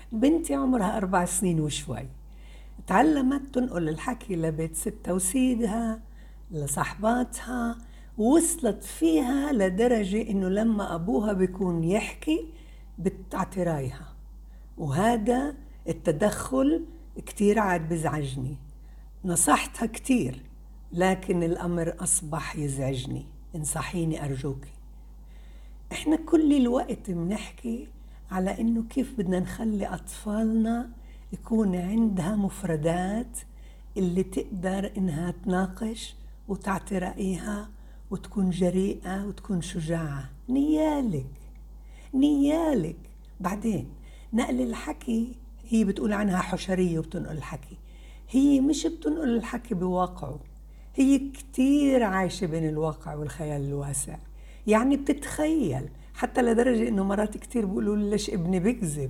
بنتي عمرها 4 سنين وشوي، تعلمت تنقل الحكي لبيت ستها وسيدها لصحباتها، ووصلت فيها لدرجة إنه لما أبوها بيكون يحكي بتعطي رايها. وهذا التدخل كتير عاد بزعجني. نصحتها كتير لكن الأمر أصبح يزعجني. انصحيني أرجوكي. إحنا كل الوقت بنحكي على إنه كيف بدنا نخلي أطفالنا يكون عندها مفردات اللي تقدر إنها تناقش وتعطي رأيها وتكون جريئة وتكون شجاعة. نيالك. بعدين نقل الحكي هي بتقول عنها حشرية وبتنقل الحكي. هي مش بتنقل الحكي بواقعه، هي كتير عايشة بين الواقع والخيال الواسع. يعني بتتخيل حتى لدرجة إنه مرات كتير بيقولوا ليش ابني بكذب.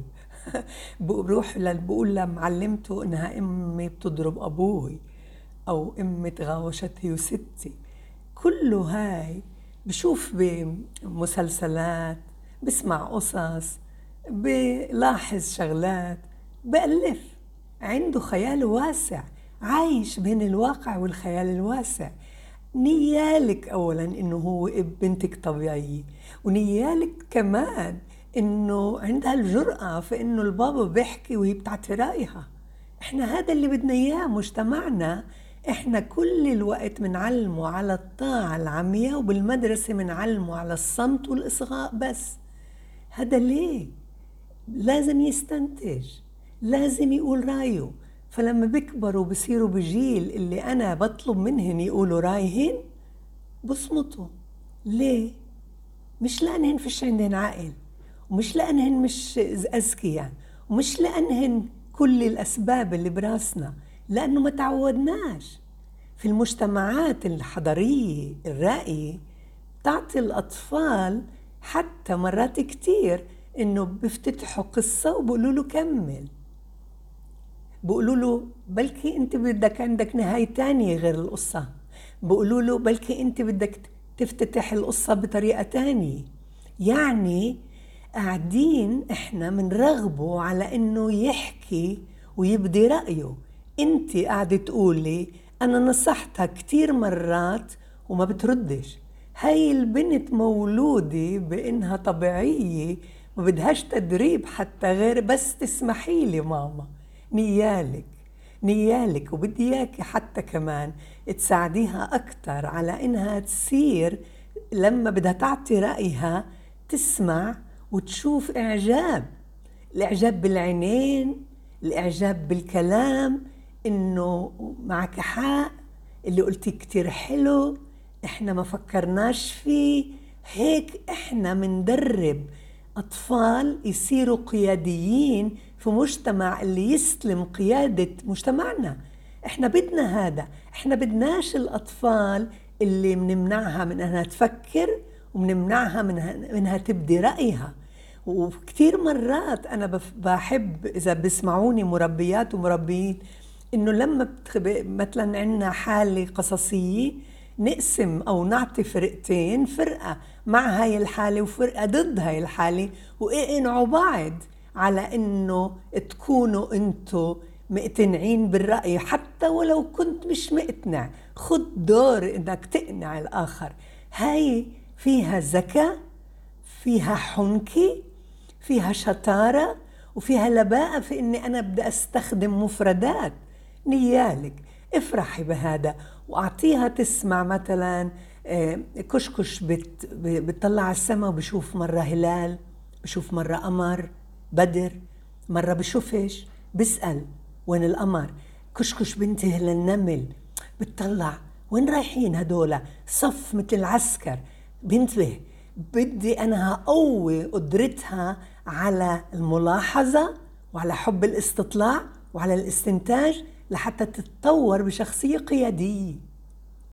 بقول لمعلمته إنها أمي بتضرب أبوي أو أمي تغاوشت هي وستي. كله هاي بشوف بمسلسلات، بسمع قصص، بلاحظ شغلات، بألف. عنده خيال واسع، عايش بين الواقع والخيال الواسع. نيالك أولا إنه هو بنتك طبيعية، ونيالك كمان إنه عندها الجرأة في إنه البابا بيحكي وهي بتعطي رأيها. إحنا هذا اللي بدنا إياه مجتمعنا. إحنا كل الوقت منعلمه على الطاعة العمياء، وبالمدرسة منعلمه على الصمت والإصغاء بس. هذا ليه؟ لازم يستنتج، لازم يقول رأيه. فلما بيكبروا بصيروا بجيل اللي أنا بطلب منهن يقولوا رأيهن بصمتوا. ليه؟ مش لأنهن فيش عندهن عقل، ومش لأنهن مش أذكياء، ومش لأنهن كل الأسباب اللي براسنا، لأنه ما تعودناش. في المجتمعات الحضرية الراقية تعطي الأطفال حتى مرات كتير إنه بيفتتحوا قصة وبقولوا له كمل. بقولوا له بلكي أنت بدك عندك نهاية تانية غير القصة. بقولوا له بلكي أنت بدك تفتتح القصة بطريقة تانية. يعني قاعدين إحنا منرغبه على إنه يحكي ويبدي رأيه. أنت قاعدة تقولي أنا نصحتها كتير مرات وما بتردش. هاي البنت مولودة بإنها طبيعية، ما بدهاش تدريب حتى غير بس تسمحي لي ماما. نيالك وبدي اياكي حتى كمان تساعديها اكتر على انها تصير لما بدها تعطي رأيها تسمع وتشوف اعجاب. الاعجاب بالعينين، الاعجاب بالكلام، انه معك حق، اللي قلتي كتير حلو، احنا ما فكرناش فيه. هيك احنا مندرب أطفال يصيروا قياديين في مجتمع اللي يسلم قيادة مجتمعنا. احنا بدنا هذا. احنا بدناش الأطفال اللي منمنعها من أنها تفكر ومنمنعها منها تبدي رأيها. وكتير مرات أنا بحب إذا بسمعوني مربيات ومربيين إنه لما مثلا عندنا حالة قصصية نقسم أو نعطي فرقتين، فرقة مع هاي الحالة وفرقة ضد هاي الحالة، وإقنعوا بعض على إنه تكونوا أنتوا مقتنعين بالرأي. حتى ولو كنت مش مقتنع، خد دور إنك تقنع الآخر. هاي فيها ذكاء، فيها حنكة، فيها شطارة، وفيها لباقة في إني أنا بدي أستخدم مفردات. نيالك افرحي بهذا وأعطيها تسمع. مثلا كشكش بتطلع على السماء وبشوف مرة هلال، بشوف مرة قمر بدر، مرة بشوفش بسأل وين القمر. كشكش بنتي للنمل بتطلع وين رايحين هدول، صف مثل العسكر. بنتبه، بدي أنا أقوي قدرتها على الملاحظة وعلى حب الاستطلاع وعلى الاستنتاج لحتى تتطور بشخصية قيادية.